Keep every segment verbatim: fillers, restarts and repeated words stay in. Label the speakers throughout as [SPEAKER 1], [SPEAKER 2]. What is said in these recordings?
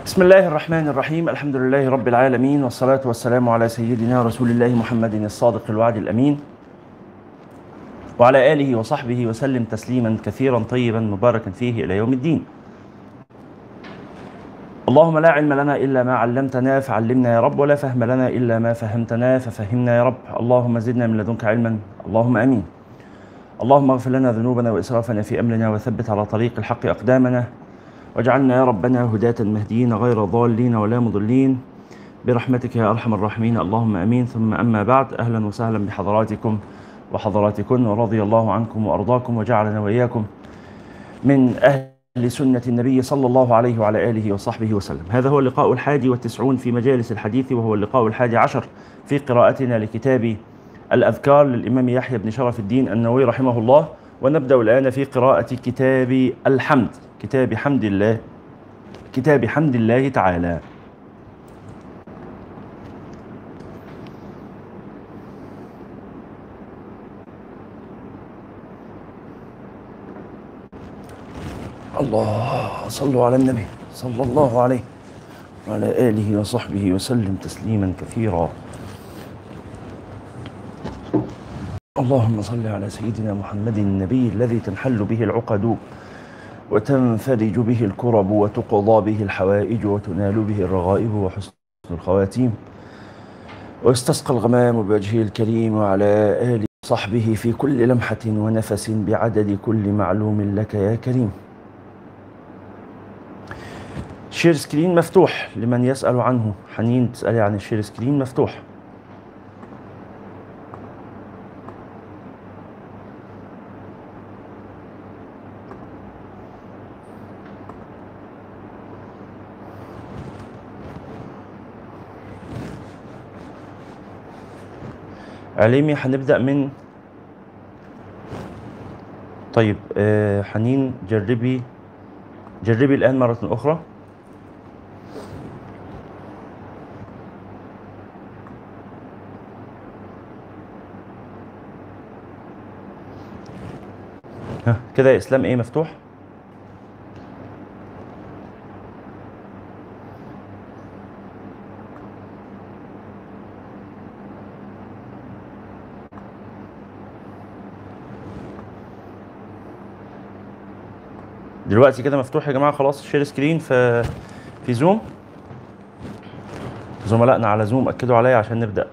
[SPEAKER 1] بسم الله الرحمن الرحيم. الحمد لله رب العالمين، والصلاة والسلام على سيدنا رسول الله محمد الصادق الوعد الأمين، وعلى آله وصحبه وسلم تسليما كثيرا طيبا مباركا فيه إلى يوم الدين. اللهم لا علم لنا إلا ما علمتنا فعلمنا يا رب، ولا فهم لنا إلا ما فهمتنا ففهمنا يا رب. اللهم زدنا من لدنك علما، اللهم أمين. اللهم اغفر لنا ذنوبنا وإسرافنا في أمرنا، وثبت على طريق الحق أقدامنا، واجعلنا يا ربنا هداة مهديين غير ضالين ولا مضلين برحمتك يا أرحم الراحمين، اللهم أمين. ثم أما بعد، أهلا وسهلا بحضراتكم وحضراتكن، ورضي الله عنكم وأرضاكم، وجعلنا وإياكم من أهل سنة النبي صلى الله عليه وعلى آله وصحبه وسلم. هذا هو اللقاء الحادي والتسعون في مجالس الحديث، وهو اللقاء الحادي عشر في قراءتنا لكتاب الأذكار للإمام يحيى بن شرف الدين النووي رحمه الله. ونبدأ الآن في قراءة كتاب الحمد، كتاب حمد الله، كتاب حمد الله تعالى. الله صلوا على النبي صلى الله عليه وعلى آله وصحبه وسلم تسليما كثيرا. اللهم صل على سيدنا محمد النبي الذي تنحل به العقد وتنفرج به الكرب وتقضى به الحوائج وتنال به الرغائب وحسن الخواتيم، واستسقى الغمام بوجهه الكريم، وعلى آله وصحبه في كل لمحة ونفس بعدد كل معلوم لك يا كريم. شير سكرين مفتوح لمن يسأل عنه. حنين تسألي عن الشير سكرين مفتوح. عليمي هنبدأ من طيب آه حنين، جربي جربي الآن مرة أخرى. ها كده يا إسلام، إيه مفتوح؟ دلوقتي كده مفتوح يا جماعة، خلاص الشير سكرين في في زوم. زملائنا على زوم أكدوا عليا عشان نبدأ.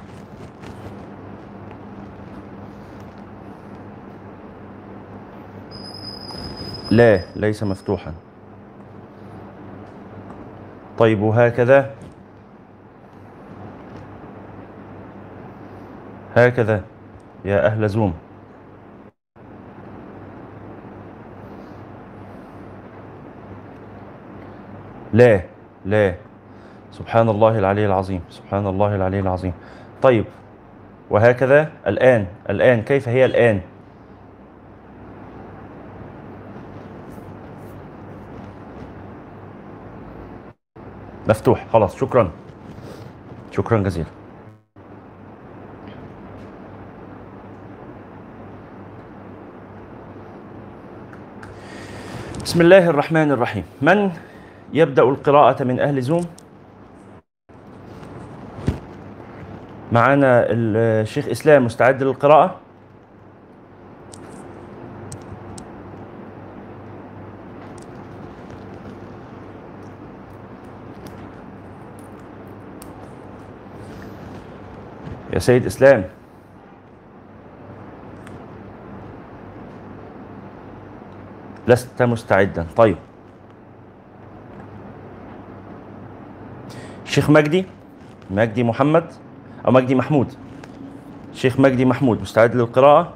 [SPEAKER 1] لا، ليس مفتوحا. طيب وهكذا، هكذا يا أهل زوم. لا لا، سبحان الله العلي العظيم، سبحان الله العلي العظيم. طيب وهكذا الآن، الآن كيف هي الآن؟ مفتوح خلاص، شكرا شكرا جزيلا. بسم الله الرحمن الرحيم. من يبدأ القراءة من أهل زوم؟ معنا الشيخ إسلام مستعد للقراءة؟ يا سيد إسلام. لست مستعدا. طيب الشيخ مجدي، مجدي محمد أو مجدي محمود، الشيخ مجدي محمود مستعد للقراءة؟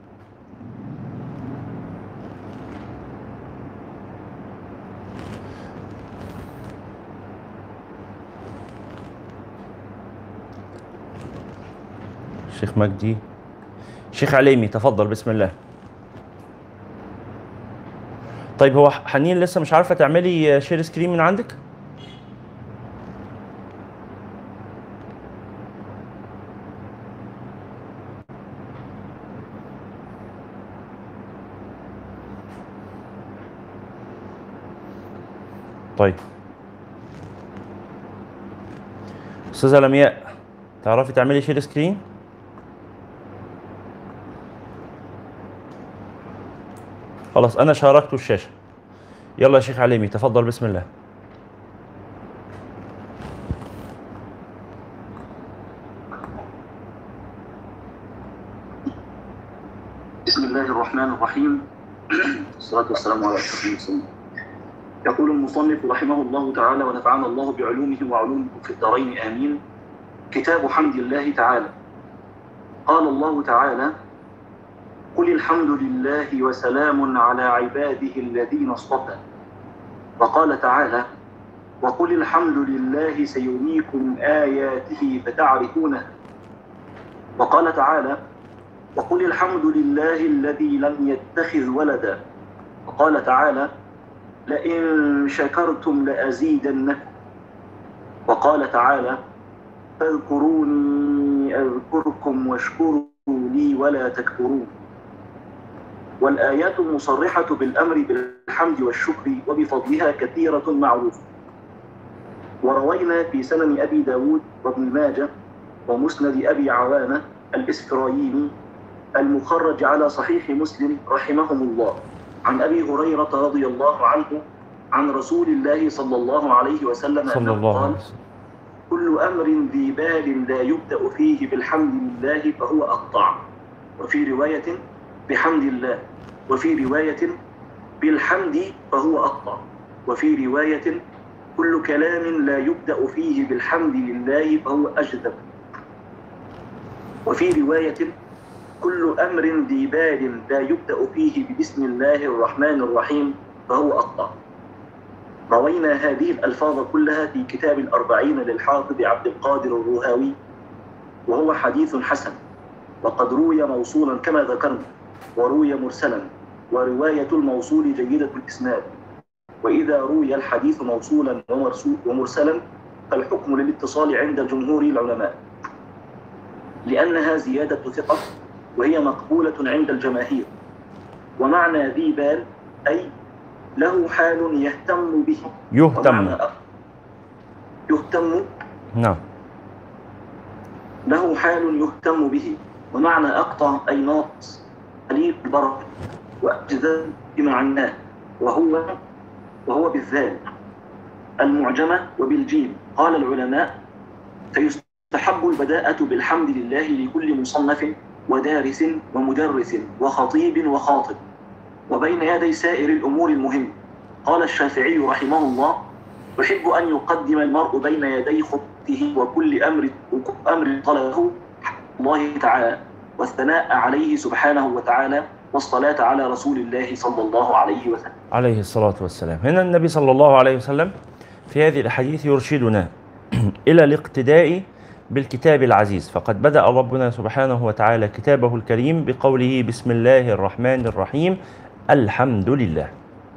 [SPEAKER 1] الشيخ مجدي. الشيخ عليمي تفضل، بسم الله. طيب هو حنين لسه مش عارفة تعملي شير سكرين من عندك؟ طيب أستاذة لمياء، تعرفي تعملي شير سكرين؟ خلاص أنا شاركت الشاشة. يلا يا شيخ عليمي تفضل بسم الله.
[SPEAKER 2] بسم الله الرحمن الرحيم. والصلاة والسلام على أشرف المرسلين. يقول المصنف رحمه الله تعالى ونفعنا الله بعلومه وعلومكم في الدارين آمين. كتاب حمد الله تعالى. قال الله تعالى: قل الحمد لله وسلام على عباده الذين اصطفى. وقال تعالى: وقل الحمد لله سيريكم آياته فتعرفونها. وقال تعالى: وقل الحمد لله الذي لم يتخذ ولدا. وقال تعالى: لئن شكرتم لأزيدنكم. وقال تعالى: فاذكروني أذكركم واشكروا لي ولا تكفرون. والآيات المصرحة بالأمر بالحمد والشكر وبفضلها كثيرة معروفة. وروينا في سنن أبي داود وابن ماجه ومسند أبي عوانة الإسفرايني المخرج على صحيح مسلم رحمهم الله عن أبي هريرة رضي الله عنه عن رسول الله صلى الله عليه وسلم
[SPEAKER 1] صلى الله عليه وسلم:
[SPEAKER 2] كل أمر ذي بال لا يبدأ فيه بالحمد لله فهو أقطع. وفي رواية بحمد الله، وفي رواية بالحمد فهو أقطع، وفي رواية كل كلام لا يبدأ فيه بالحمد لله فهو أجذب، وفي رواية كل أمر ذي بال لا يبدأ فيه ببسم الله الرحمن الرحيم فهو أقطع. روينا هذه الألفاظ كلها في كتاب الأربعين للحافظ عبد القادر الرهاوي، وهو حديث حسن، وقد روي موصولا كما ذكرنا، وروي مرسلا، ورواية الموصول جيدة الإسناد. وإذا روي الحديث موصولا ومرسلا فالحكم للاتصال عند جمهور العلماء، لأنها زيادة ثقة وهي مقبولة عند الجماهير. ومعنى ذي بال أي له حال يهتم به.
[SPEAKER 1] يهتم
[SPEAKER 2] يهتم
[SPEAKER 1] نعم
[SPEAKER 2] له حال يهتم به. ومعنى أقطع أي ناقص قليل البركة وأجزاء بمعناه، وهو وهو بالذال المعجمة وبالجيم. قال العلماء: فيستحب البداءة بالحمد لله لكل مصنف ودارس ومدرس وخطيب وخاطب، وبين يدي سائر الأمور المهمة. قال الشافعي رحمه الله: يحب أن يقدم المرء بين يدي خطه وكل أمر أمر طلبه الله تعالى، والثناء عليه سبحانه وتعالى، والصلاة على رسول الله صلى الله عليه وسلم
[SPEAKER 1] عليه الصلاة والسلام. هنا النبي صلى الله عليه وسلم في هذه الأحاديث يرشدنا إلى الاقتداء بالكتاب العزيز. فقد بدأ ربنا سبحانه وتعالى كتابه الكريم بقوله: بسم الله الرحمن الرحيم الحمد لله.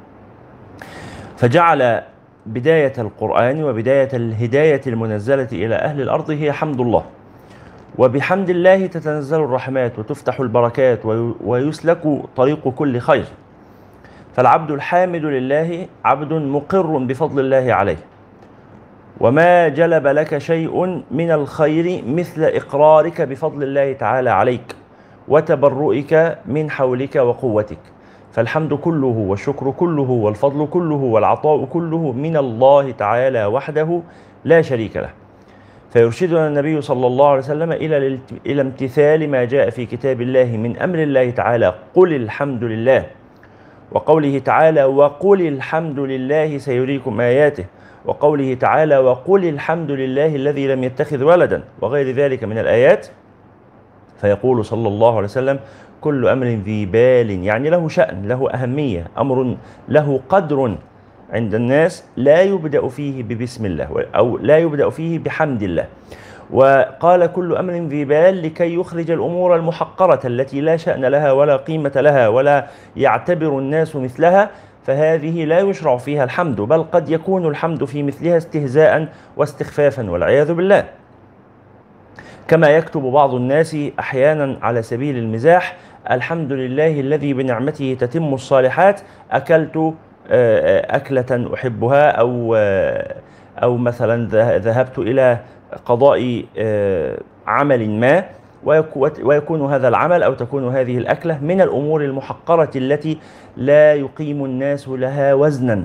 [SPEAKER 1] فجعل بداية القرآن وبداية الهداية المنزلة إلى أهل الأرض هي حمد الله، وبحمد الله تتنزل الرحمات وتفتح البركات ويسلك طريق كل خير. فالعبد الحامد لله عبد مقر بفضل الله عليه، وما جلب لك شيء من الخير مثل إقرارك بفضل الله تعالى عليك وتبرؤك من حولك وقوتك. فالحمد كله والشكر كله والفضل كله والعطاء كله من الله تعالى وحده لا شريك له. فيرشدنا النبي صلى الله عليه وسلم إلى إلى امتثال ما جاء في كتاب الله من أمر الله تعالى: قل الحمد لله، وقوله تعالى: وقل الحمد لله سيريكم آياته، وقوله تعالى: وقل الحمد لله الذي لم يتخذ ولدا، وغير ذلك من الآيات. فيقول صلى الله عليه وسلم: كل أمر ذي بال، يعني له شأن، له أهمية، أمر له قدر عند الناس لا يبدأ فيه ببسم الله، أو لا يبدأ فيه بحمد الله. وقال: كل أمر ذي بال لكي يخرج الأمور المحقرة التي لا شأن لها ولا قيمة لها ولا يعتبر الناس مثلها، فهذه لا يشرع فيها الحمد، بل قد يكون الحمد في مثلها استهزاء واستخفافا والعياذ بالله. كما يكتب بعض الناس أحيانا على سبيل المزاح: الحمد لله الذي بنعمته تتم الصالحات، أكلت أكلة أحبها، أو أو مثلا ذهبت إلى قضاء عمل ما، ويكون هذا العمل أو تكون هذه الأكلة من الأمور المحقرة التي لا يقيم الناس لها وزنا،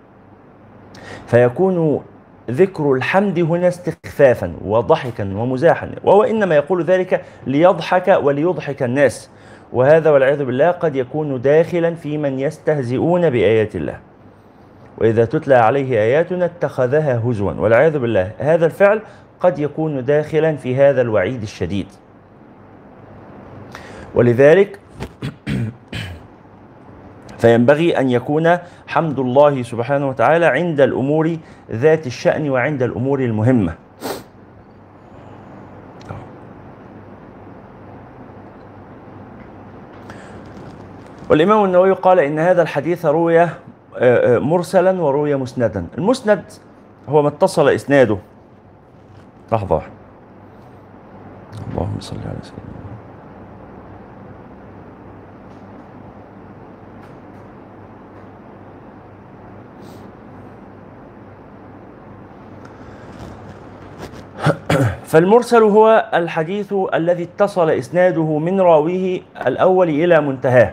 [SPEAKER 1] فيكون ذكر الحمد هنا استخفافا وضحكا ومزاحا، وهو إنما يقول ذلك ليضحك وليضحك الناس، وهذا والعياذ بالله قد يكون داخلا في من يستهزئون بآيات الله، وإذا تتلى عليه آياتنا اتخذها هزوا، والعياذ بالله هذا الفعل قد يكون داخلا في هذا الوعيد الشديد. ولذلك فينبغي أن يكون حمد الله سبحانه وتعالى عند الأمور ذات الشأن وعند الأمور المهمة. والإمام النووي قال إن هذا الحديث روي مرسلا وروي مسندا. المسند هو ما اتصل إسناده. لحظة واحدة. اللهم صل على سيدنا. فالمرسل هو الحديث الذي اتصل إسناده من راويه الأول إلى منتهاه،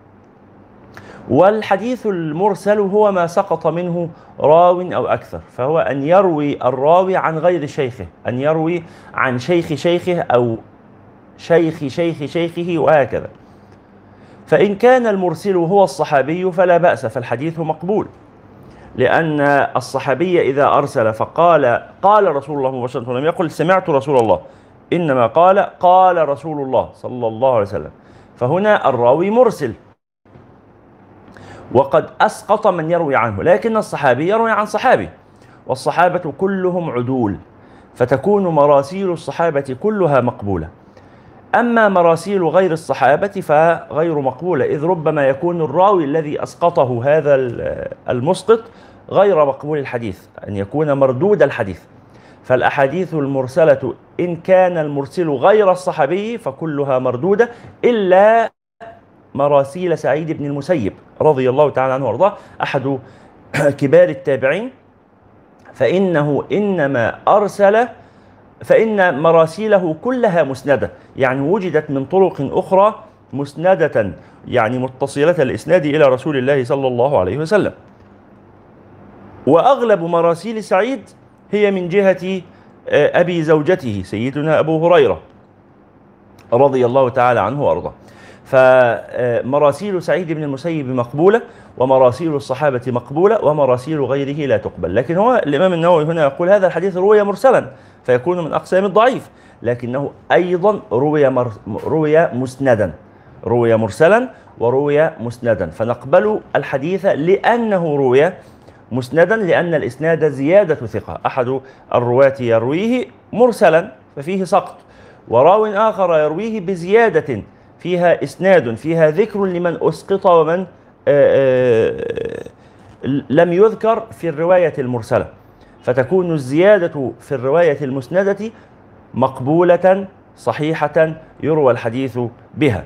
[SPEAKER 1] والحديث المرسل هو ما سقط منه راو أو أكثر، فهو أن يروي الراوي عن غير شيخه، أن يروي عن شيخ شيخه أو شيخ شيخ شيخه وهكذا. فإن كان المرسل هو الصحابي فلا بأس، فالحديث مقبول، لأن الصحابي إذا أرسل فقال قال رسول الله مباشرة ولم يقل سمعت رسول الله، إنما قال قال رسول الله صلى الله عليه وسلم، فهنا الراوي مرسل وقد أسقط من يروي عنه، لكن الصحابي يروي عن صحابي، والصحابة كلهم عدول، فتكون مراسيل الصحابة كلها مقبولة. أما مراسيل غير الصحابة فغير مقبولة، إذ ربما يكون الراوي الذي أسقطه هذا المسقط غير مقبول الحديث، أن يكون مردود الحديث. فالأحاديث المرسلة إن كان المرسل غير الصحابي فكلها مردودة، إلا مراسيل سعيد بن المسيب رضي الله تعالى عنه وارضاه، أحد كبار التابعين، فإنه إنما أرسل فإن مراسيله كلها مسندة، يعني وجدت من طرق أخرى مسندة، يعني متصلة الإسناد إلى رسول الله صلى الله عليه وسلم. وأغلب مراسيل سعيد هي من جهة أبي زوجته سيدنا أبو هريرة رضي الله تعالى عنه وأرضاه. فمراسيل سعيد بن المسيب مقبولة، ومراسيل الصحابة مقبولة، ومراسيل غيره لا تقبل. لكن هو الإمام النووي هنا يقول هذا الحديث روي مرسلا فيكون من أقسام الضعيف، لكنه أيضا روي, مر... روي مسندا، روي مرسلا وروي مسندا، فنقبل الحديث لأنه روي مسندا، لأن الإسناد زيادة ثقة، أحد الرواة يرويه مرسلا ففيه سقط، وراو آخر يرويه بزيادة فيها إسناد فيها ذكر لمن أسقط ومن آآ آآ لم يذكر في الرواية المرسلة، فتكون الزيادة في الرواية المسندة مقبولة صحيحة يروى الحديث بها.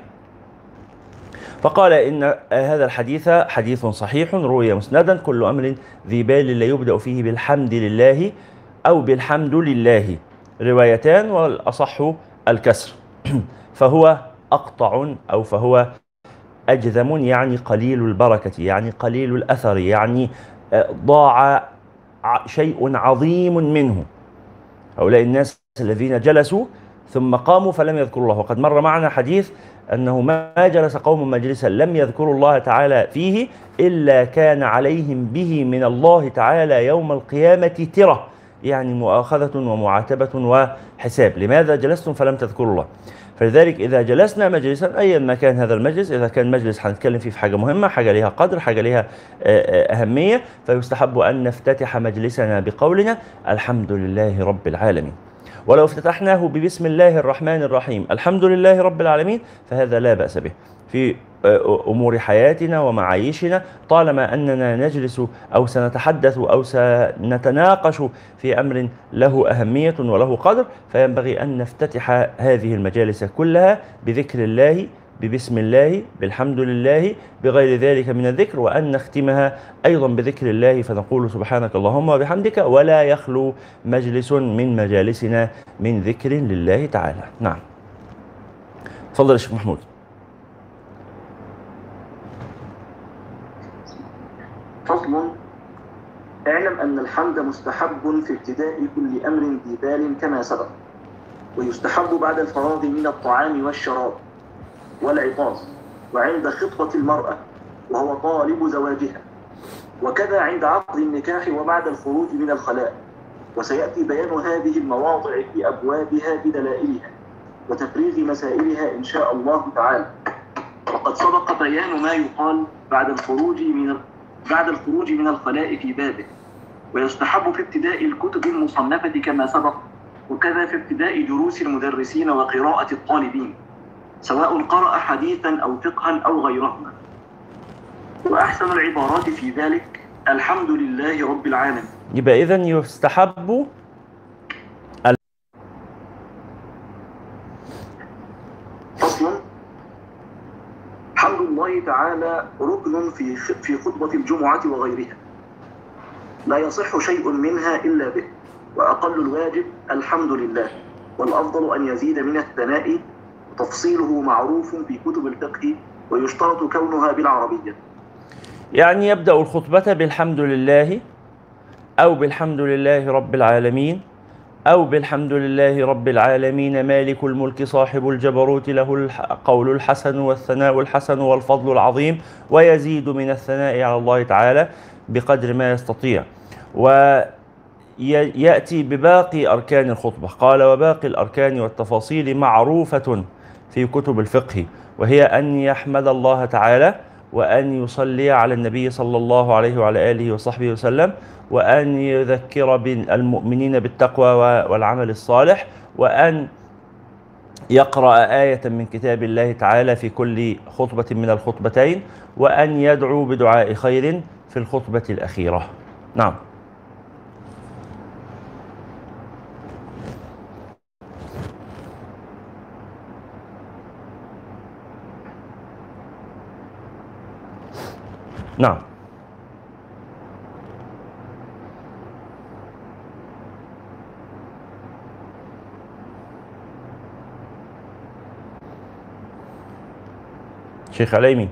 [SPEAKER 1] فقال إن هذا الحديث حديث صحيح روي مسندا، كل أمر ذي بال لا يبدأ فيه بالحمد لله أو بالحمد لله، روايتان والأصح الكسر، فهو أقطع أو فهو أجذم، يعني قليل البركة، يعني قليل الأثر، يعني ضاع شيء عظيم منه. هؤلاء الناس الذين جلسوا ثم قاموا فلم يذكروا الله، وقد مر معنا حديث أنه ما جلس قوم مجلسا لم يذكروا الله تعالى فيه إلا كان عليهم به من الله تعالى يوم القيامة ترة، يعني مؤاخذة ومعاتبة وحساب، لماذا جلستم فلم تذكروا الله؟ فلذلك إذا جلسنا مجلسا أيا ما كان هذا المجلس، إذا كان مجلس هنتكلم فيه في حاجة مهمة، حاجة لها قدر، حاجة لها أهمية، فيستحب أن نفتتح مجلسنا بقولنا الحمد لله رب العالمين. ولو افتتحناه ببسم الله الرحمن الرحيم الحمد لله رب العالمين فهذا لا بأس به في أمور حياتنا ومعايشنا، طالما أننا نجلس أو سنتحدث أو سنتناقش في أمر له أهمية وله قدر، فينبغي أن نفتتح هذه المجالس كلها بذكر الله ببسم الله، بالحمد لله، بغير ذلك من الذكر، وأن نختمها أيضا بذكر الله فنقول سبحانك اللهم وبحمدك، ولا يخلو مجلس من مجالسنا من ذكر لله تعالى. نعم، تفضل يا شيخ محمود.
[SPEAKER 2] فصل: اعلم أن الحمد مستحب في ابتداء كل أمر ذي بال كما سبق، ويستحب بعد الفراغ من الطعام والشراب والعطاس، وعند خطبة المرأة وهو طالب زواجها، وكذا عند عقد النكاح وبعد الخروج من الخلاء. وسيأتي بيان هذه المواضع في أبوابها بدلائلها وتفريغ مسائلها إن شاء الله تعالى. وقد سبق بيان ما يقال بعد الخروج من بعد الخروج من الخلاء في بابه. ويستحب في ابتداء الكتب المصنفة كما سبق، وكذا في ابتداء دروس المدرسين وقراءة الطالبين، سواء قرأ حديثا أو فقها أو غيرهما. وأحسن العبارات في ذلك الحمد لله رب العالمين.
[SPEAKER 1] يبقى إذن يستحب
[SPEAKER 2] فصل: حمد الله تعالى ركن في في خطبة الجمعة وغيرها، لا يصح شيء منها إلا به، وأقل الواجب الحمد لله، والأفضل أن يزيد من الثناء، تفصيله معروف في كتب الفقه، ويشترط كونها بالعربية.
[SPEAKER 1] يعني يبدأ الخطبة بالحمد لله، أو بالحمد لله رب العالمين، أو بالحمد لله رب العالمين مالك الملك صاحب الجبروت له القول الحسن والثناء الحسن والفضل العظيم، ويزيد من الثناء على الله تعالى بقدر ما يستطيع. ويأتي بباقي أركان الخطبة. قال: وباقي الأركان والتفاصيل معروفة في كتب الفقه، وهي أن يحمد الله تعالى، وأن يصلي على النبي صلى الله عليه وعلى آله وصحبه وسلم، وأن يذكر المؤمنين بالتقوى والعمل الصالح، وأن يقرأ آية من كتاب الله تعالى في كل خطبة من الخطبتين، وأن يدعو بدعاء خير في الخطبة الأخيرة. نعم. نعم. شيخ عليمي.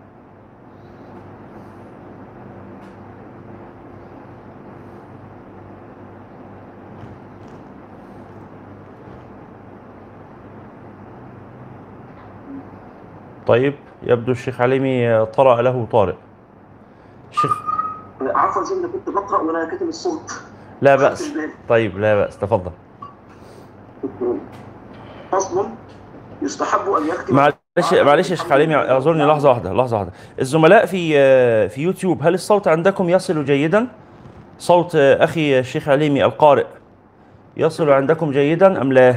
[SPEAKER 1] طيب، يبدو الشيخ عليمي طرأ له طارئ. الشيخ
[SPEAKER 2] عفوا زي ما كنت بقرأ وأنا كاتب الصوت.
[SPEAKER 1] لا بأس. طيب، لا بأس، تفضل.
[SPEAKER 2] فصل: يستحب أن يختم.
[SPEAKER 1] معلش معلش يا شيخ عليمي، اعذرني لحظة واحدة لحظة واحدة. الزملاء في في يوتيوب، هل الصوت عندكم يصل جيدا؟ صوت أخي الشيخ عليمي القارئ يصل عندكم جيدا أم لا؟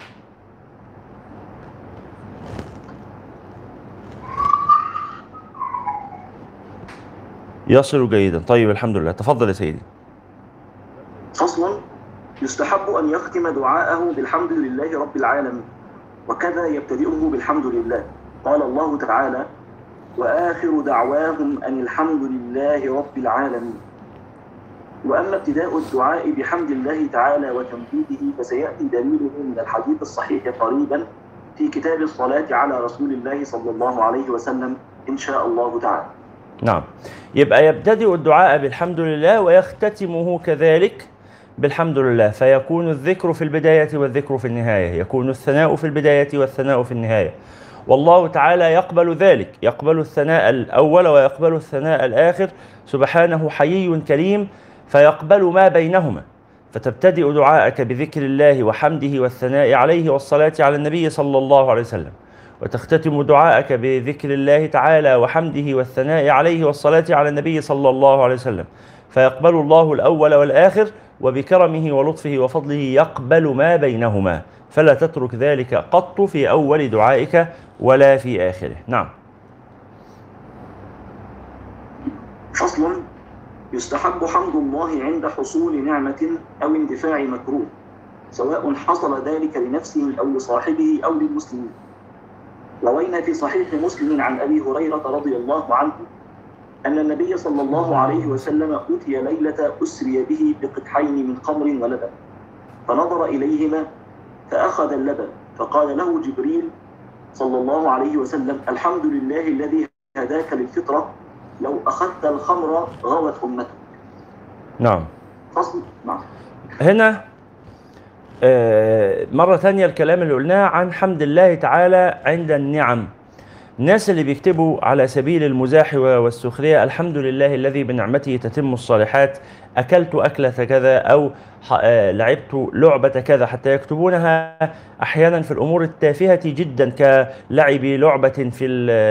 [SPEAKER 1] يصل جيدا. طيب، الحمد لله. تفضل يا سيدي.
[SPEAKER 2] فصل: يستحب أن يختم دعاءه بالحمد لله رب العالمين، وكذا يبتدئه بالحمد لله. قال الله تعالى: وآخر دعواهم أن الحمد لله رب العالمين. وأما ابتداء الدعاء بحمد الله تعالى وتمجيده فسيأتي دليله من الحديث الصحيح قريبا في كتاب الصلاة على رسول الله صلى الله عليه وسلم إن شاء الله تعالى.
[SPEAKER 1] نعم، يبقى يبتدئ الدعاء بالحمد لله ويختتمه كذلك بالحمد لله، فيكون الذكر في البداية والذكر في النهاية، يكون الثناء في البداية والثناء في النهاية. والله تعالى يقبل ذلك، يقبل الثناء الأول ويقبل الثناء الآخر، سبحانه حيي كريم، فيقبل ما بينهما. فتبتدئ دعاءك بذكر الله وحمده والثناء عليه والصلاة على النبي صلى الله عليه وسلم، وتختتم دعاءك بذكر الله تعالى وحمده والثناء عليه والصلاة على النبي صلى الله عليه وسلم، فيقبل الله الأول والآخر، وبكرمه ولطفه وفضله يقبل ما بينهما، فلا تترك ذلك قط في أول دعائك ولا في آخره. نعم.
[SPEAKER 2] فصل: يستحب حمد الله عند حصول نعمة أو اندفاع مكروه، سواء حصل ذلك لنفسه أو لصاحبه أو للمسلمين. روينا في صحيح مسلم عن أبي هريرة رضي الله عنه أن النبي صلى الله عليه وسلم أتي ليلة أسري به بقدحين من خمر ولبن، فنظر إليهما فأخذ اللبن، فقال له جبريل صلى الله عليه وسلم: الحمد لله الذي هداك للفطرة، لو أخذت الخمر غوت أمتك.
[SPEAKER 1] نعم.
[SPEAKER 2] فصل. نعم.
[SPEAKER 1] هنا آه مرة ثانية الكلام اللي قلناه عن حمد الله تعالى عند النعم. الناس اللي بيكتبوا على سبيل المزاح والسخرية: الحمد لله الذي بنعمته تتم الصالحات، أكلت أكلة كذا، أو لعبت لعبة كذا، حتى يكتبونها أحيانا في الأمور التافهة جدا كلعب لعبة في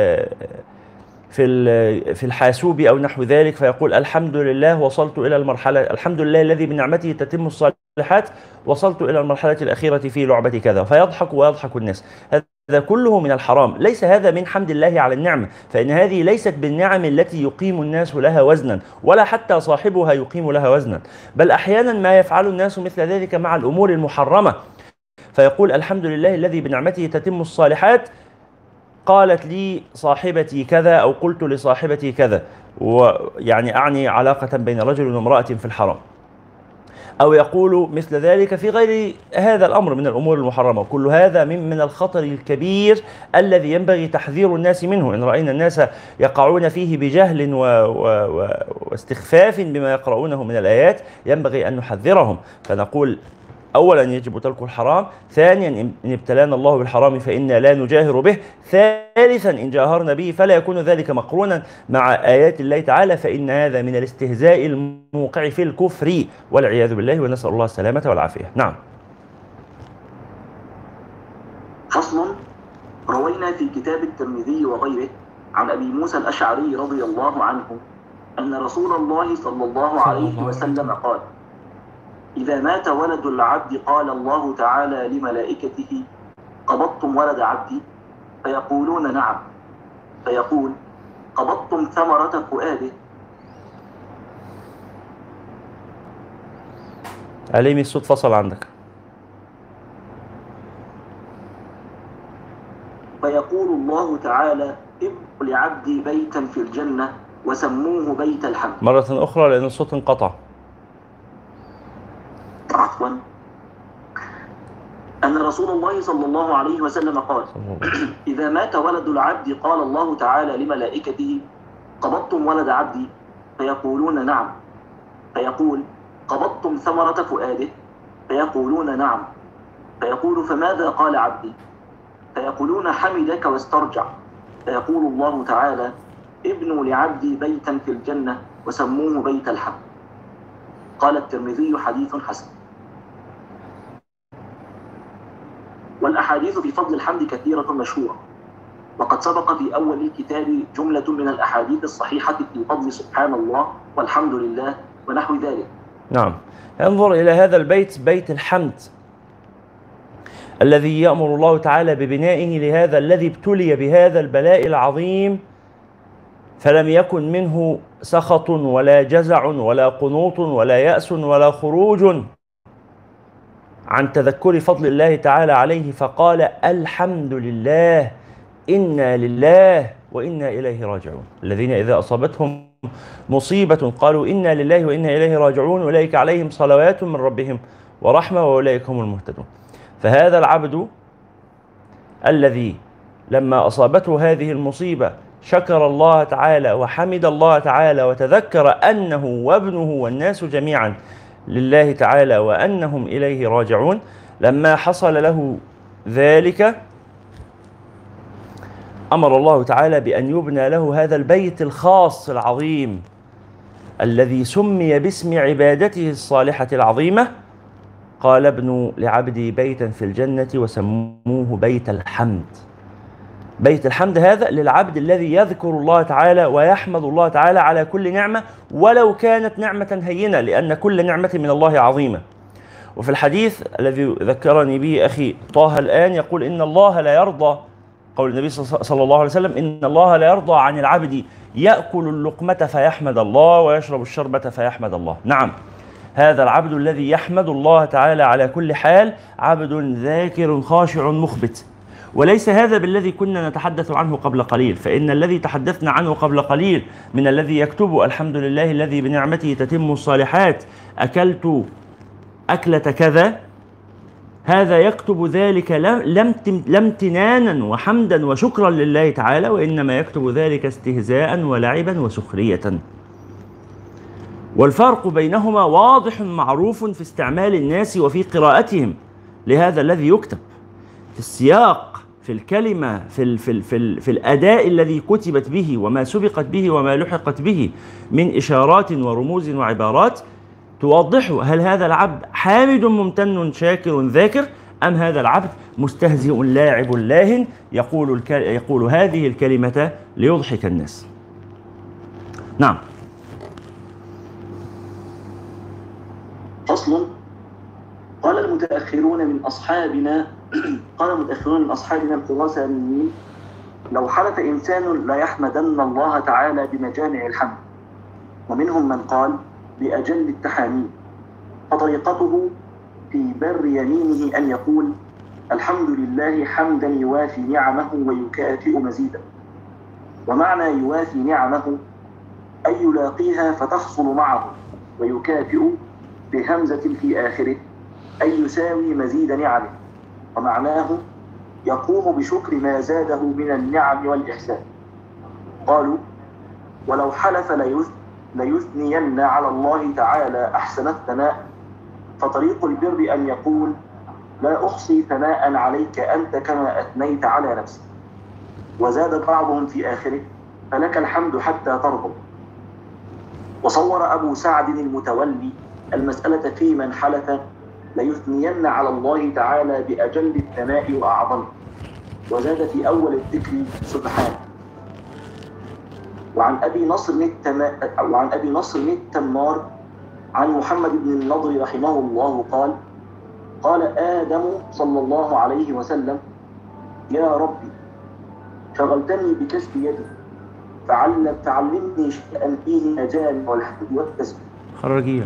[SPEAKER 1] في في الحاسوب أو نحو ذلك، فيقول: الحمد لله وصلت إلى المرحلة، الحمد لله الذي بنعمته تتم الصالحات، وصلت إلى المرحلة الأخيرة في لعبة كذا، فيضحك ويضحك الناس. هذا كله من الحرام، ليس هذا من حمد الله على النعمة، فإن هذه ليست بالنعم التي يقيم الناس لها وزنا، ولا حتى صاحبها يقيم لها وزنا، بل أحيانا ما يفعل الناس مثل ذلك مع الأمور المحرمة، فيقول: الحمد لله الذي بنعمته تتم الصالحات، قالت لي صاحبتي كذا، أو قلت لصاحبتي كذا، ويعني أعني علاقة بين رجل وامرأة في الحرام، أو يقول مثل ذلك في غير هذا الأمر من الأمور المحرمة. كل هذا من من الخطر الكبير الذي ينبغي تحذير الناس منه. إن رأينا الناس يقعون فيه بجهل و... و... و... واستخفاف بما يقرؤونه من الآيات، ينبغي أن نحذرهم، فنقول: أولا يجب ترك الحرام، ثانيا إن ابتلانا الله بالحرام فإنا لا نجاهر به، ثالثا إن جاهرنا به فلا يكون ذلك مقرونا مع آيات الله تعالى، فإن هذا من الاستهزاء الموقع في الكفر والعياذ بالله، ونسأل الله السلامة والعافية. نعم.
[SPEAKER 2] فصل. روينا في كتاب الترمذي وغيره عن أبي موسى الأشعري رضي الله عنه أن رسول الله صلى الله عليه وسلم قال: إذا مات ولد العبد قال الله تعالى لملائكته: قبضتم ولد عبدي؟ فيقولون: نعم. فيقول: قبضتم ثمرة فؤاده؟
[SPEAKER 1] عليمي الصوت فصل عندك.
[SPEAKER 2] فيقول الله تعالى: ابنوا لعبدي بيتا في الجنة وسموه بيت الحمد.
[SPEAKER 1] مرة أخرى لأن الصوت انقطع.
[SPEAKER 2] عفوا. أن رسول الله صلى الله عليه وسلم قال: إذا مات ولد العبد قال الله تعالى لملائكته: قبضتم ولد عبدي؟ فيقولون: نعم. فيقول: قبضتم ثمرة فؤاده؟ فيقولون: نعم. فيقول: فماذا قال عبدي؟ فيقولون: حمدك واسترجع. فيقول الله تعالى: ابنوا لعبدي بيتا في الجنة وسموه بيت الحمد. قال الترمذي: حديث حسن. والأحاديث في فضل الحمد كثيرة مشهورة، وقد سبق في أول الكتاب جملة من الأحاديث الصحيحة في فضل سبحان الله والحمد لله ونحو ذلك.
[SPEAKER 1] نعم. انظر إلى هذا البيت، بيت الحمد، الذي يأمر الله تعالى ببنائه لهذا الذي ابتلي بهذا البلاء العظيم، فلم يكن منه سخط ولا جزع ولا قنوط ولا يأس ولا خروج عن تذكر فضل الله تعالى عليه، فقال: الحمد لله، إنا لله وإنا إليه راجعون. الذين إذا أصابتهم مصيبة قالوا: إنا لله وإنا إليه راجعون، أولئك عليهم صلوات من ربهم ورحمة وأولئك هم المهتدون. فهذا العبد الذي لما أصابته هذه المصيبة شكر الله تعالى وحمد الله تعالى وتذكر أنه وابنه والناس جميعا لله تعالى وأنهم إليه راجعون، لما حصل له ذلك أمر الله تعالى بأن يبنى له هذا البيت الخاص العظيم الذي سمي باسم عبادته الصالحة العظيمة. قال: ابنوا لعبدي بيتا في الجنة وسموه بيت الحمد. بيت الحمد هذا للعبد الذي يذكر الله تعالى ويحمد الله تعالى على كل نعمة ولو كانت نعمة هينة، لأن كل نعمة من الله عظيمة. وفي الحديث الذي ذكرني به أخي طه الآن يقول: إن الله لا يرضى، قول النبي صلى الله عليه وسلم: إن الله لا يرضى عن العبد يأكل اللقمة فيحمد الله ويشرب الشربة فيحمد الله. نعم، هذا العبد الذي يحمد الله تعالى على كل حال عبد ذاكر خاشع مخبت. وليس هذا بالذي كنا نتحدث عنه قبل قليل، فإن الذي تحدثنا عنه قبل قليل من الذي يكتب الحمد لله الذي بنعمته تتم الصالحات، أكلت أكلة كذا، هذا يكتب ذلك لا امتنانا وحمدا وشكرا لله تعالى، وإنما يكتب ذلك استهزاء ولعبا وسخرية. والفرق بينهما واضح معروف في استعمال الناس وفي قراءتهم لهذا الذي يكتب، في السياق، في الكلمة، في, ال في, ال في, ال في الأداء الذي كتبت به وما سبقت به وما لحقت به من إشارات ورموز وعبارات توضح هل هذا العبد حامد ممتن شاكر ذاكر، أم هذا العبد مستهزئ لاعب لاهن يقول, يقول هذه الكلمة ليضحك الناس. نعم.
[SPEAKER 2] فصل. قال المتأخرون من أصحابنا قال المتأخرون من أصحابنا الخراسانيين: لو حلف إنسان لا يحمدن الله تعالى بمجامع الحمد. ومنهم من قال بأجل التحاميد، فطريقته في بر يمينه أن يقول: الحمد لله حمدا يوافي نعمه ويكافئ مزيدا. ومعنى يوافي نعمه أي يلاقيها فتحصل معه، ويكافئ بهمزة في آخره أي يساوي مزيد نعمه، ومعناه يقوم بشكر ما زاده من النعم والإحسان. قالوا: ولو حلف ليثنين على الله تعالى أحسن الثناء، فطريق البر أن يقول: لا أحصي ثناء عليك أنت كما أثنيت على نفسك. وزاد بعضهم في آخره: فلك الحمد حتى ترضى. وصور أبو سعد المتولي المسألة في من حلف ليثنين على الله تعالى بأجل الثناء وأعظمه، وزاد في أول الذكر سبحانه. وعن أبي نصر التما... وعن أبي نصر التمار عن محمد بن النضر رحمه الله قال: قال آدم صلى الله عليه وسلم: يا ربي شغلتني بكسب يدي، فعلم تعلمني شيئا فيه مجال والحمد والتسبيح.
[SPEAKER 1] خرجية.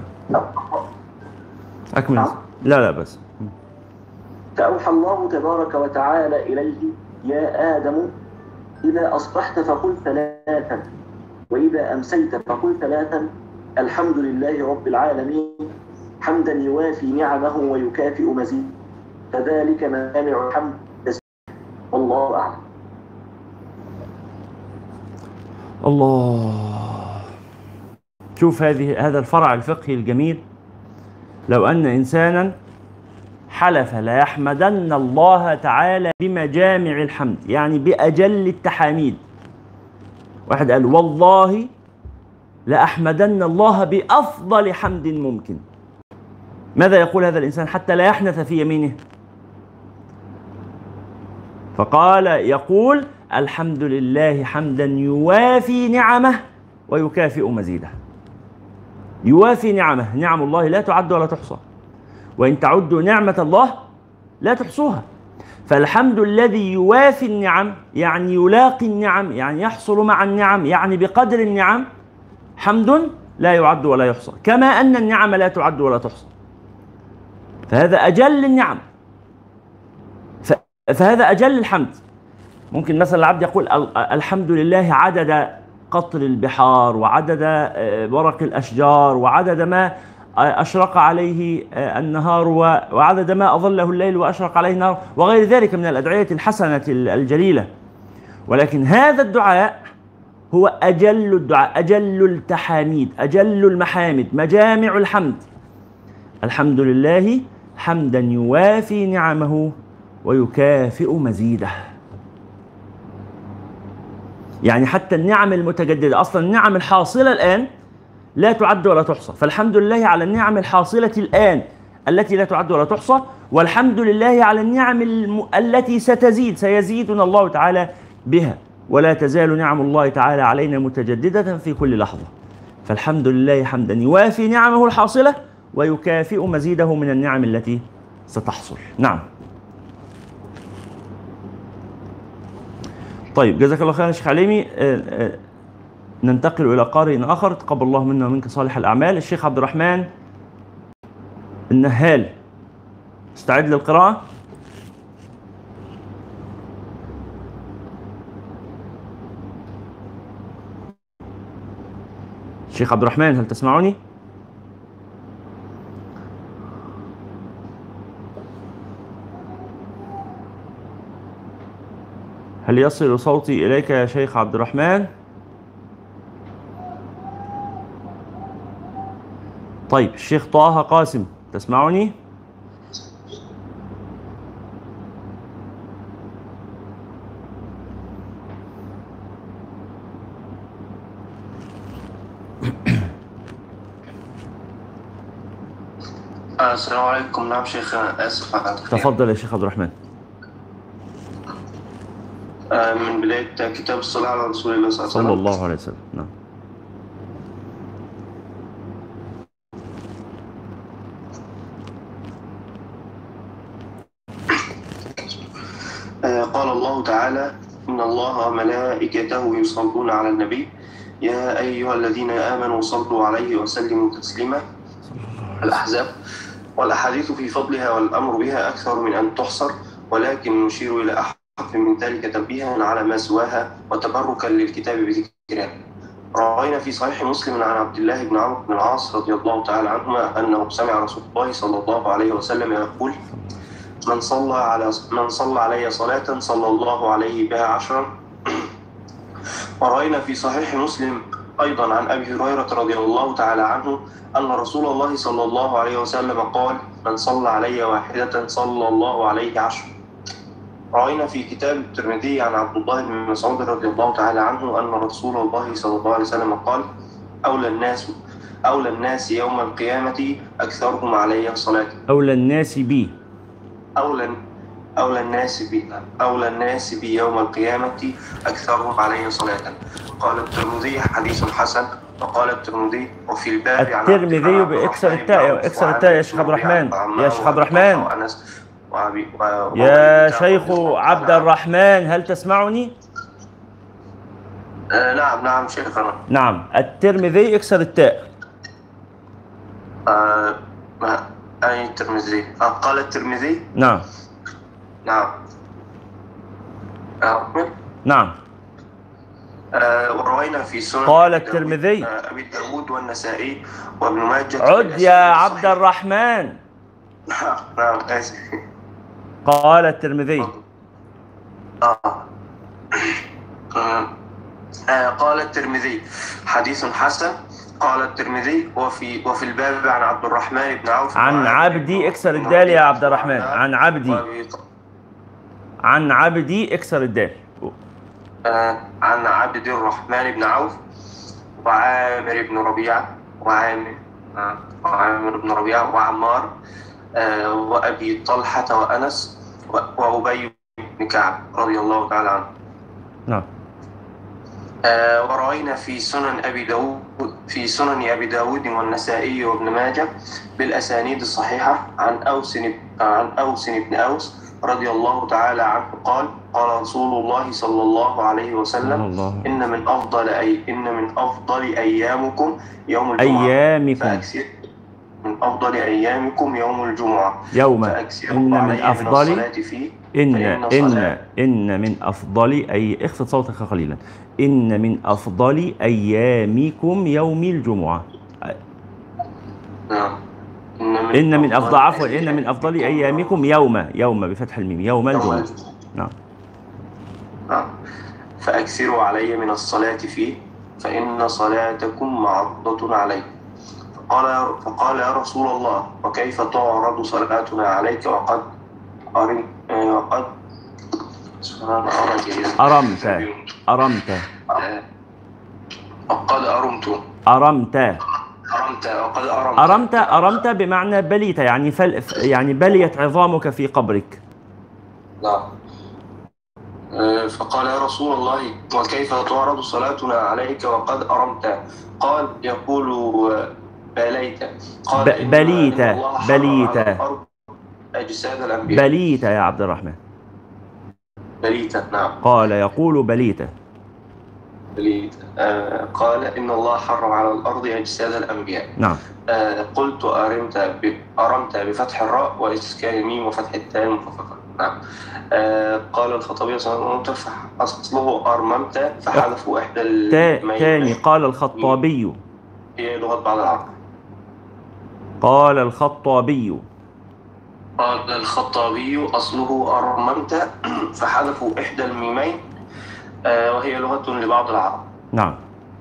[SPEAKER 1] أكمل. نعم. لا لا بس.
[SPEAKER 2] فأوحى الله تبارك وتعالى إليه: يا آدم إذا أصبحت فقل ثلاثا، وإذا أمسيت فقل ثلاثا، الحمد لله رب العالمين حمدا يوافي نعمه ويكافئ مزيد، فذلك مانع الحمد تسبيح. والله أعلم.
[SPEAKER 1] الله. شوف هذه هذا الفرع الفقهي الجميل. لو أن إنسانا حلف لا يحمدن الله تعالى بمجامع الحمد، يعني بأجل التحاميد. واحد قال: والله لأحمدن الله بأفضل حمد ممكن. ماذا يقول هذا الإنسان حتى لا يحنث في يمينه؟ فقال يقول: الحمد لله حمدا يوافي نعمه ويكافئ مزيده. يوافي نعمه، نعم الله لا تعد ولا تحصى، وإن تعدوا نعمة الله لا تحصوها. فالحمد الذي يوافي النعم يعني يلاقي النعم، يعني يحصل مع النعم، يعني بقدر النعم، حمد لا يعد ولا يحصى، كما أن النعم لا تعد ولا تحصى. فهذا أجل النعم، فهذا أجل الحمد. ممكن مثلا العبد يقول: الحمد لله عدد قطر البحار، وعدد ورق الأشجار، وعدد ما أشرق عليه النهار، وعدد ما أظله الليل وأشرق عليه النهار، وغير ذلك من الأدعية الحسنة الجليلة. ولكن هذا الدعاء هو أجل الدعاء، أجل التحاميد، أجل المحامد، مجامع الحمد. الحمد لله حمدا يوافي نعمه ويكافئ مزيده. يعني حتى النعم المتجددة، أصلا النعم الحاصلة الآن لا تعد ولا تحصى، فالحمد لله على النعم الحاصلة الآن التي لا تعد ولا تحصى، والحمد لله على النعم الم... التي ستزيد، سيزيدنا الله تعالى بها، ولا تزال نعم الله تعالى علينا متجددة في كل لحظة. فالحمد لله حمدا يوافي نعمه الحاصلة ويكافئ مزيده من النعم التي ستحصل. نعم. طيب، جزاك الله خيرا يا شيخ عليمي. ننتقل إلى قارئ آخر. تقبل الله منا ومنك صالح الأعمال. الشيخ عبد الرحمن النهال، استعد للقراءة. شيخ عبد الرحمن هل تسمعني؟ هل يصل صوتي إليك يا شيخ عبد الرحمن؟ طيب الشيخ طه قاسم تسمعني؟
[SPEAKER 3] السلام عليكم. نعم شيخ، آسف على التأخير.
[SPEAKER 1] تفضل يا شيخ عبد الرحمن.
[SPEAKER 3] من بداية كتاب الصلاة على رسول الله صلى الله عليه وسلم.
[SPEAKER 1] صلى الله عليه وسلم. نعم.
[SPEAKER 3] قال الله تعالى: إن الله وملائكته يصلون على النبي يا أيها الذين آمنوا صلوا عليه وسلموا تسليما. الأحزاب. والأحاديث في فضلها والأمر بها أكثر من أن تحصر، ولكن نشير إلى أحد من ذلك تنبيها على ما سواها وتبركا للكتاب بذكرها. روينا في صحيح مسلم عن عبد الله بن عمرو بن العاص رضي الله تعالى عنهما أنه سمع رسول الله صلى الله عليه وسلم يقول: من صلى على من صلى علي صلاة صلى الله عليه بها عشرا. ورأينا في صحيح مسلم أيضا عن أبي هريرة رضي الله تعالى عنه أن رسول الله صلى الله عليه وسلم قال: من صلى علي واحدة صلى الله عليه عشر. رأينا في كتاب الترمذي عن عبد الله بن مسعود رضي الله تعالى عنه أن رسول الله صلى الله عليه وسلم قال: أولى الناس أولى الناس يوم القيامة أكثرهم علي صلاة.
[SPEAKER 1] أولى الناس بي
[SPEAKER 3] أولى أولى الناس بي أولى الناس بي يوم القيامة أكثرهم علي صلاة. قال الترمذي: حديث حسن. وقال الترمذي: وفي الباب عن
[SPEAKER 1] الترمذي بإكسر التاء إكسر التاء يا شيخ عبد الرحمن. يا شيخ عبد الرحمن يا شيخ عبد الرحمن هل تسمعني؟
[SPEAKER 3] آه نعم نعم شيخنا.
[SPEAKER 1] نعم الترمذي اكسر التاء.
[SPEAKER 3] آه أي الترمذي؟ آه قال الترمذي.
[SPEAKER 1] نعم
[SPEAKER 3] نعم آه.
[SPEAKER 1] نعم
[SPEAKER 3] آه وروينا في سنن
[SPEAKER 1] قال الترمذي
[SPEAKER 3] آه أبي داود والنسائي وابن ماجه.
[SPEAKER 1] عد يا عبد الرحمن.
[SPEAKER 3] نعم نعم آسف.
[SPEAKER 1] قال الترمذي
[SPEAKER 3] آه. آه. آه قال الترمذي: حديث حسن. قال الترمذي: وفي وفي الباب عن عبد الرحمن بن عوف
[SPEAKER 1] عن عبدي اكسر الدال يا عبد الرحمن. عن عبدي عن عبدي اكسر الدال.
[SPEAKER 3] آه عن عبد الرحمن بن عوف وعامر بن ربيعة وعامر آه وعامر بن ربيعة وعمار آه وأبي طلحة وأنس وأبي بن كعب رضي الله تعالى عنه.
[SPEAKER 1] نعم.
[SPEAKER 3] آه ورأينا في سنن أبي داود في سنن أبي داود والنسائي وابن ماجه بالأسانيد الصحيحة عن أوس عن أوس بن أوس رضي الله تعالى عنه قال: قال رسول الله صلى الله عليه وسلم: الله. إن من أفضل أي إن من أفضل أيامكم يوم الجمعة.
[SPEAKER 1] أيامكم.
[SPEAKER 3] من أفضل أيامكم يوم الجمعة.
[SPEAKER 1] يوم. إن من أفضل إن إن إن من أفضل أي اخفض صوتك قليلا. إن من أفضل أيامكم يوم الجمعة.
[SPEAKER 3] نعم.
[SPEAKER 1] إن من أفضل عفوا إن من أفضل أيامكم يوم يوم بفتح الميم يوم الجمعة. نعم.
[SPEAKER 3] نعم. فأكثروا علي من الصلاة فيه فإن صلاتكم معروضة علي. فقال فقال يا رسول الله: وكيف تعرض صلاتنا عليك وقد أرم وقد
[SPEAKER 1] أرمت أرمت
[SPEAKER 3] وقد أرمت
[SPEAKER 1] أرمت
[SPEAKER 3] أرمت وقد أرمت
[SPEAKER 1] أرمت أرمت بمعنى بليت، يعني فل يعني بليت عظامك في قبرك.
[SPEAKER 3] نعم. فقال يا رسول الله: وكيف تعرض صلاتنا عليك وقد أرمت؟ قال: يقول بليت. قال:
[SPEAKER 1] ب بليت بليت
[SPEAKER 3] أجساد الأنبياء.
[SPEAKER 1] بليت يا عبد الرحمن.
[SPEAKER 3] بليت. نعم.
[SPEAKER 1] قال يقول بليت
[SPEAKER 3] بليت. آه قال: إن الله حرم على الأرض أجساد الأنبياء.
[SPEAKER 1] نعم.
[SPEAKER 3] آه قلت: أرمت ب... أرمت بفتح الراء وإسكان الميم وفتح التاء المخففة. نعم. آه قال الخطابي صلى الله عليه وسلم: أصله أرممت فحذفوا إحدى
[SPEAKER 1] التاني. قال الخطابي
[SPEAKER 3] هي لغة بعض العرب.
[SPEAKER 1] قال الخطابي.
[SPEAKER 3] قال الخطابي أصله أرمنت فحذفوا إحدى الميمين آه وهي لغة لبعض العرب.
[SPEAKER 1] نعم.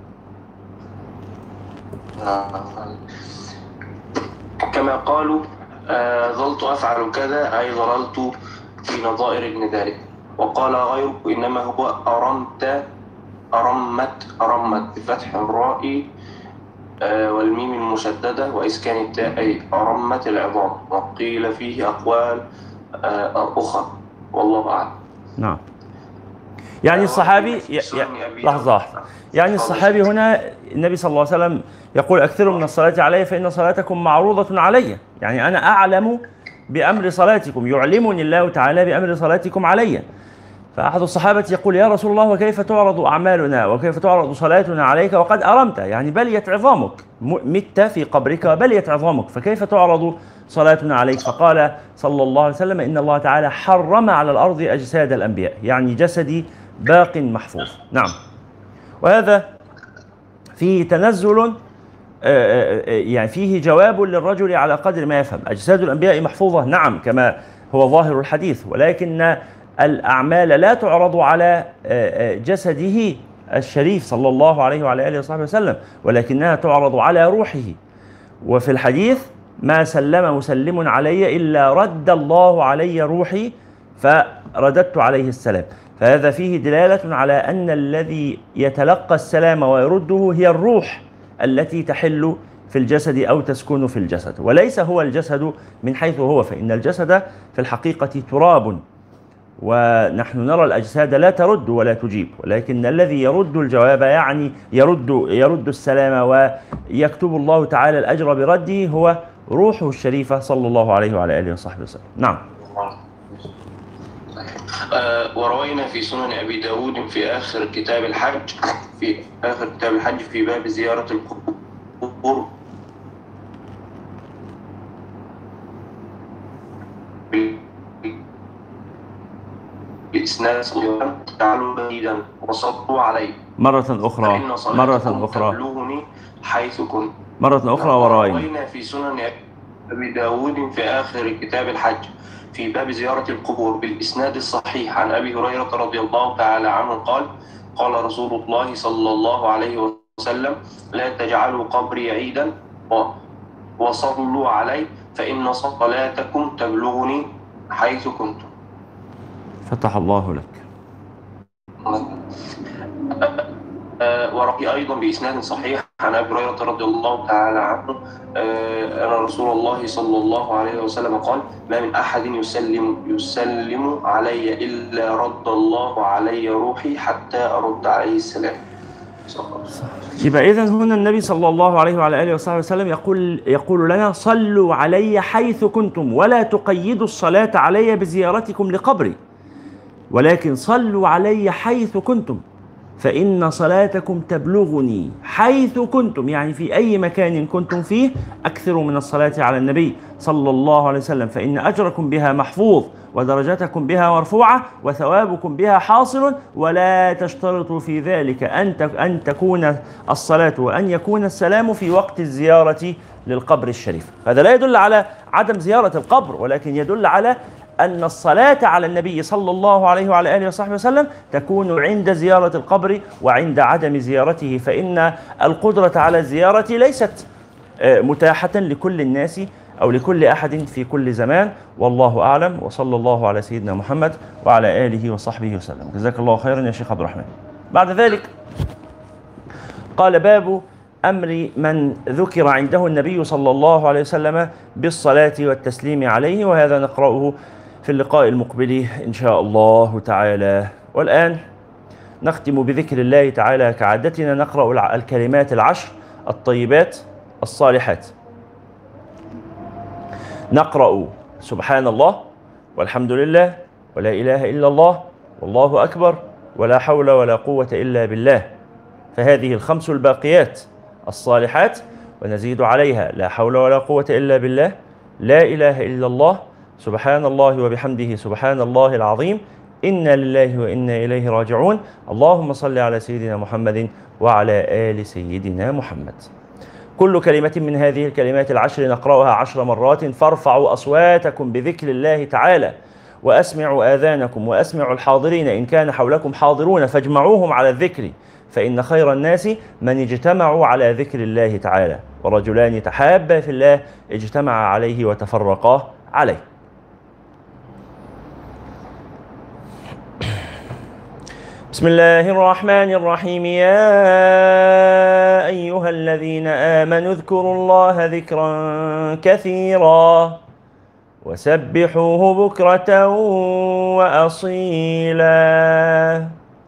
[SPEAKER 3] كما قالوا آه ظلت أفعل كذا أي ظللت في نظائر ابن ذلك. وقال غيره إنما هو أرمت أرمت أرمت بفتح الراء آه والميم المشددة وإسكان التاء أي أرمت العظام. وقيل فيه أقوال آه أخرى والله أعلم.
[SPEAKER 1] نعم. يعني الصحابي ي... ي... لحظة واحدة. يعني الصحابي هنا النبي صلى الله عليه وسلم يقول أكثروا من الصلاة علي فإن صلاتكم معروضة علي. يعني أنا أعلم بأمر صلاتكم، يعلمني الله تعالى بأمر صلاتكم علي. فأحد الصحابة يقول يا رسول الله وكيف تعرض أعمالنا وكيف تعرض صلاتنا عليك وقد أرمت، يعني بليت عظامك، مت في قبرك وبليت عظامك، فكيف تعرض صلاتنا عليك؟ فقال صلى الله عليه وسلم إن الله تعالى حرم على الأرض أجساد الأنبياء، يعني جسدي باق محفوظ. نعم. وهذا فيه تنزل، يعني فيه جواب للرجل على قدر ما يفهم. أجساد الأنبياء محفوظة نعم كما هو ظاهر الحديث، ولكن الأعمال لا تعرض على جسده الشريف صلى الله عليه وعلى آله وصحبه وسلم، ولكنها تعرض على روحه. وفي الحديث ما سلم مسلم علي إلا رد الله علي روحي فرددت عليه السلام. فهذا فيه دلالة على أن الذي يتلقى السلام ويرده هي الروح التي تحل في الجسد أو تسكن في الجسد، وليس هو الجسد من حيث هو، فإن الجسد في الحقيقة تراب، ونحن نرى الأجساد لا ترد ولا تجيب، ولكن الذي يرد الجواب يعني يرد يرد السلام ويكتب الله تعالى الأجر برده هو روحه الشريفة صلى الله عليه وعلى آله وصحبه وسلم. نعم.
[SPEAKER 3] آه وروينا في سنن أبي داود في آخر كتاب الحج في آخر كتاب الحج في باب زيارة القبور بإسناد صحيحا تعالوا بعيدا وصلوا عليه
[SPEAKER 1] مرة أخرى مرة أخرى
[SPEAKER 3] تبلغني حيث كنت.
[SPEAKER 1] مرة أخرى وروينا
[SPEAKER 3] وروينا في سنن أبي داود في آخر كتاب الحج في باب زيارة القبور بالإسناد الصحيح عن أبي هريرة رضي الله تعالى عنه قال قال رسول الله صلى الله عليه وسلم لا تجعلوا قبري عيدا وصلوا علي فإن صلاتكم تبلغني حيث كنتم.
[SPEAKER 1] فتح الله لك.
[SPEAKER 3] وروي أيضا بإسناد صحيح عن أبي هريرة رضي الله تعالى عنه أن رسول الله صلى الله عليه وسلم قال ما من أحد يسلم يسلم علي إلا رد الله علي روحي حتى أرد عليه السلام.
[SPEAKER 1] يبقى إذن هنا النبي صلى الله عليه وعلى آله وصحبه وسلم يقول يقول لنا صلوا علي حيث كنتم، ولا تقيدوا الصلاة علي بزيارتكم لقبري، ولكن صلوا علي حيث كنتم فإن صلاتكم تبلغني حيث كنتم، يعني في أي مكان كنتم فيه أكثروا من الصلاة على النبي صلى الله عليه وسلم، فإن أجركم بها محفوظ ودرجتكم بها مرفوعة وثوابكم بها حاصل، ولا تشترطوا في ذلك أن أن تكون الصلاة وأن يكون السلام في وقت الزيارة للقبر الشريف. هذا لا يدل على عدم زيارة القبر، ولكن يدل على أن الصلاة على النبي صلى الله عليه وعلى آله وصحبه وسلم تكون عند زيارة القبر وعند عدم زيارته، فإن القدرة على الزيارة ليست متاحة لكل الناس أو لكل أحد في كل زمان، والله أعلم. وصلى الله على سيدنا محمد وعلى آله وصحبه وسلم. جزاك الله خيرا يا شيخ عبد الرحمن. بعد ذلك قال باب أمر من ذكر عنده النبي صلى الله عليه وسلم بالصلاة والتسليم عليه، وهذا نقرأه في اللقاء المقبل إن شاء الله تعالى. والآن نختم بذكر الله تعالى كعادتنا، نقرأ الكلمات العشر الطيبات الصالحات. نقرأ سبحان الله والحمد لله ولا إله إلا الله والله أكبر ولا حول ولا قوة إلا بالله، فهذه الخمس الباقيات الصالحات، ونزيد عليها لا حول ولا قوة إلا بالله، لا إله إلا الله، سبحان الله وبحمده سبحان الله العظيم، إنا لله وإنا إليه راجعون، اللهم صل على سيدنا محمد وعلى آل سيدنا محمد. كل كلمة من هذه الكلمات العشر نقرأها عشر مرات. فارفعوا أصواتكم بذكر الله تعالى، وأسمعوا آذانكم وأسمعوا الحاضرين إن كان حولكم حاضرون، فاجمعوهم على الذكر، فإن خير الناس من اجتمعوا على ذكر الله تعالى، ورجلان تحابا في الله اجتمعا عليه وتفرقا عليه. بسم الله الرحمن الرحيم. يا أيها الذين آمنوا اذكروا الله ذكرا كثيرا وسبحوه بكرة وأصيلا.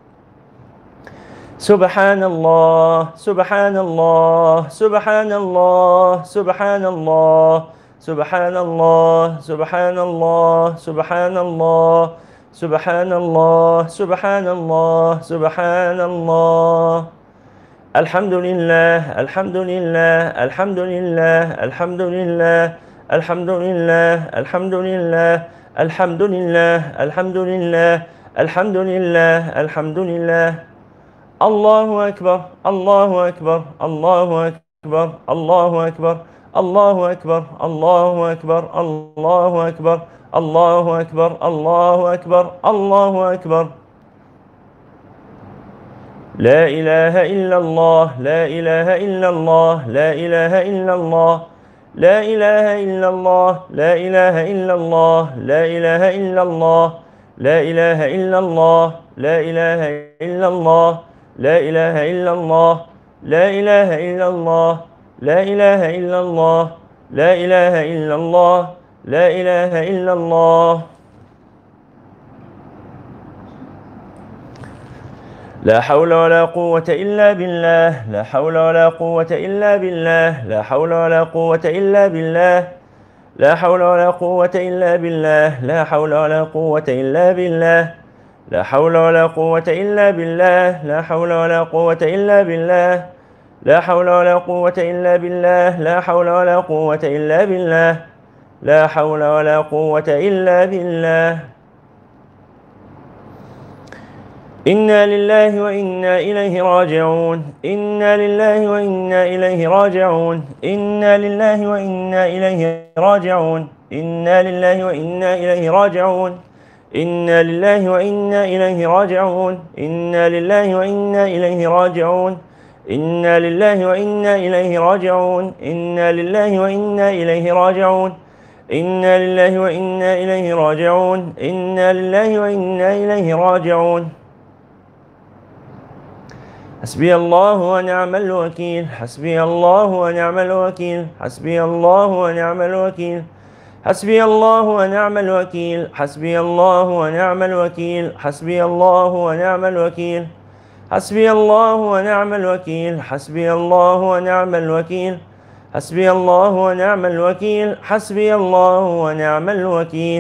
[SPEAKER 1] سبحان الله سبحان الله سبحان الله سبحان الله سبحان الله سبحان الله سبحان الله سبحان الله سبحان الله سبحان الله. الحمد لله الحمد لله الحمد لله الحمد لله الحمد لله الحمد لله الحمد لله الحمد لله الحمد لله الحمد لله. الله أكبر الله أكبر الله أكبر الله أكبر الله أكبر الله أكبر الله أكبر الله أكبر الله أكبر الله أكبر. لا إله إلا الله لا إله إلا الله لا إله إلا الله لا إله إلا الله لا إله إلا الله لا إله إلا الله لا إله إلا الله لا إله إلا الله لا إله إلا الله لا إله إلا الله لا إله إلا الله لا إله إلا الله لا إله إلا الله. لا حول ولا قوة إلا بالله لا حول ولا قوة إلا بالله لا حول ولا قوة إلا بالله لا حول ولا قوة إلا بالله لا حول ولا قوة إلا بالله لا حول ولا قوة إلا بالله لا حول ولا قوة إلا بالله لا حول ولا قوة إلا بالله لا حول ولا قوة إلا بالله لا حول ولا قوة إلا بالله. إنا لله وإنا إليه راجعون إنا لله وإنا إليه راجعون إنا لله وإنا إليه راجعون إنا لله وإنا إليه راجعون إنا لله وإنا إليه راجعون إنا لله وإنا إليه راجعون إنا لله وإنا إليه راجعون إنا لله وإنا إليه راجعون إنا لله وإنا إليه راجعون إنا لله وإنا إليه راجعون. حسبي الله ونعم الوكيل حسبي الله ونعم الوكيل حسبي الله ونعم الوكيل حسبي الله ونعم الوكيل حسبي الله ونعم الوكيل حسبي الله ونعم الوكيل حسبي الله ونعم الوكيل حسبي الله ونعم الوكيل حسبي الله ونعم الوكيل حسبي الله ونعم الوكيل.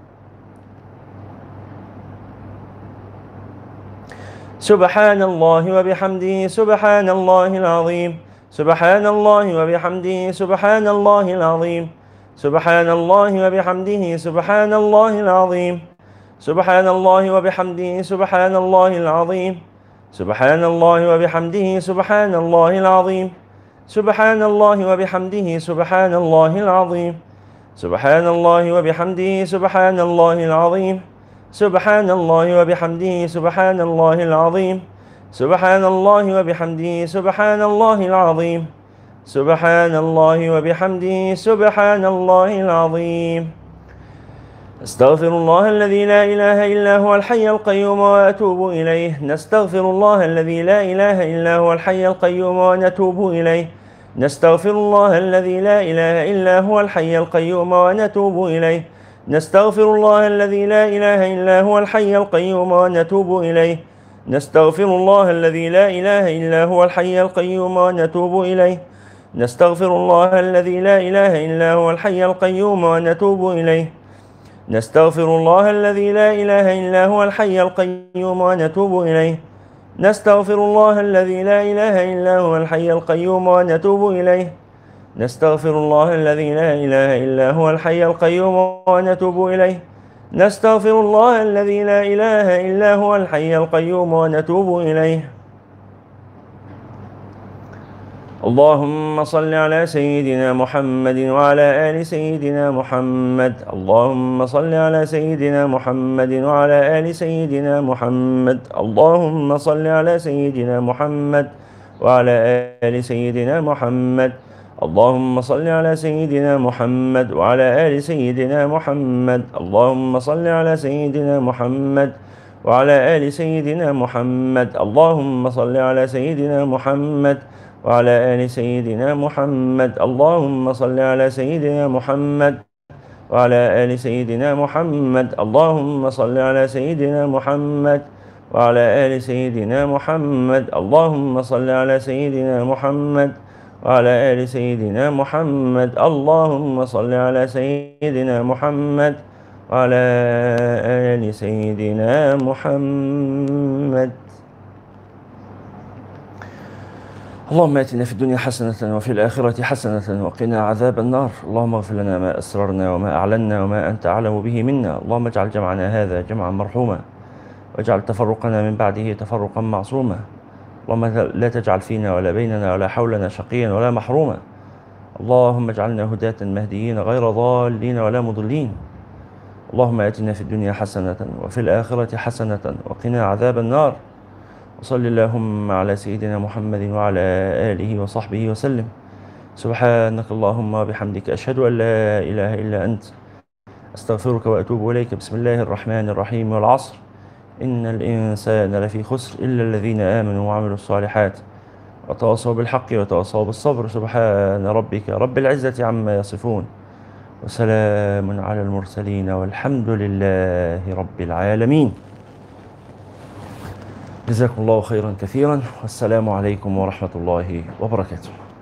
[SPEAKER 1] سبحان الله وبحمده سبحان الله العظيم سبحان الله وبحمده سبحان الله العظيم سبحان الله وبحمده سبحان الله العظيم سبحان الله وبحمده سبحان الله العظيم سبحان الله وبحمده سبحان الله العظيم سبحان الله وبحمده سبحان الله العظيم سبحان الله وبحمده سبحان الله العظيم سبحان الله وبحمده سبحان الله العظيم سبحان الله وبحمده سبحان الله العظيم سبحان الله وبحمده سبحان الله العظيم. نستغفر الله الذي لا إله إلا هو الحي القيوم وأتوب إليه نستغفر الله الذي لا إله إلا هو الحي القيوم ونتوب إليه نستغفر الله الذي لا إله إلا هو الحي القيوم ونتوب إليه نستغفر الله الذي لا إله إلا هو الحي القيوم ونتوب إليه نستغفر الله الذي لا إله إلا هو الحي القيوم ونتوب إليه نستغفر الله الذي لا إله إلا هو الحي القيوم ونتوب إليه نستغفر الله الذي لا إله إلا هو الحي القيوم ونتوب إليه نستغفر الله الذي لا إله إلا هو الحي القيوم ونتوب إليه نستغفر الله الذي لا إله إلا هو الحي القيوم ونتوب إليه نستغفر الله الذي لا إله إلا هو الحي القيوم ونتوب إليه اللهم صل على سيدنا محمد وعلى آل سيدنا محمد. اللهم صل على سيدنا محمد وعلى آل سيدنا محمد. اللهم صل على سيدنا محمد وعلى آل سيدنا محمد. اللهم صل على سيدنا محمد وعلى آل سيدنا محمد. اللهم صل على سيدنا محمد وعلى آل سيدنا محمد. اللهم صل على سيدنا محمد وعلى آل سيدنا محمد. اللهم صل على سيدنا محمد وعلى آل سيدنا محمد. اللهم صل على سيدنا محمد وعلى آل سيدنا محمد. اللهم صل على سيدنا محمد وعلى آل سيدنا محمد. اللهم صل على سيدنا محمد وعلى آل سيدنا محمد. اللهم آتنا في الدنيا حسنة وفي الآخرة حسنة وقنا عذاب النار. اللهم اغفر لنا ما أسررنا وما أعلنا وما أنت أعلم به منا. اللهم اجعل جمعنا هذا جمعا مرحوما واجعل تفرقنا من بعده تفرقا معصوما. اللهم لا تجعل فينا ولا بيننا ولا حولنا شقيا ولا محروما. اللهم اجعلنا هداة مهديين غير ضالين ولا مضلين. اللهم آتنا في الدنيا حسنة وفي الآخرة حسنة وقنا عذاب النار. وصل اللهم على سيدنا محمد وعلى آله وصحبه وسلم. سبحانك اللهم وبحمدك أشهد أن لا إله إلا أنت أستغفرك وأتوب إليك. بسم الله الرحمن الرحيم. والعصر إن الإنسان لفي خسر إلا الذين آمنوا وعملوا الصالحات وتواصوا بالحق وتواصوا بالصبر. سبحان ربك رب العزة عما يصفون وسلام على المرسلين والحمد لله رب العالمين. جزاكم الله خيرا كثيرا والسلام عليكم ورحمة الله وبركاته.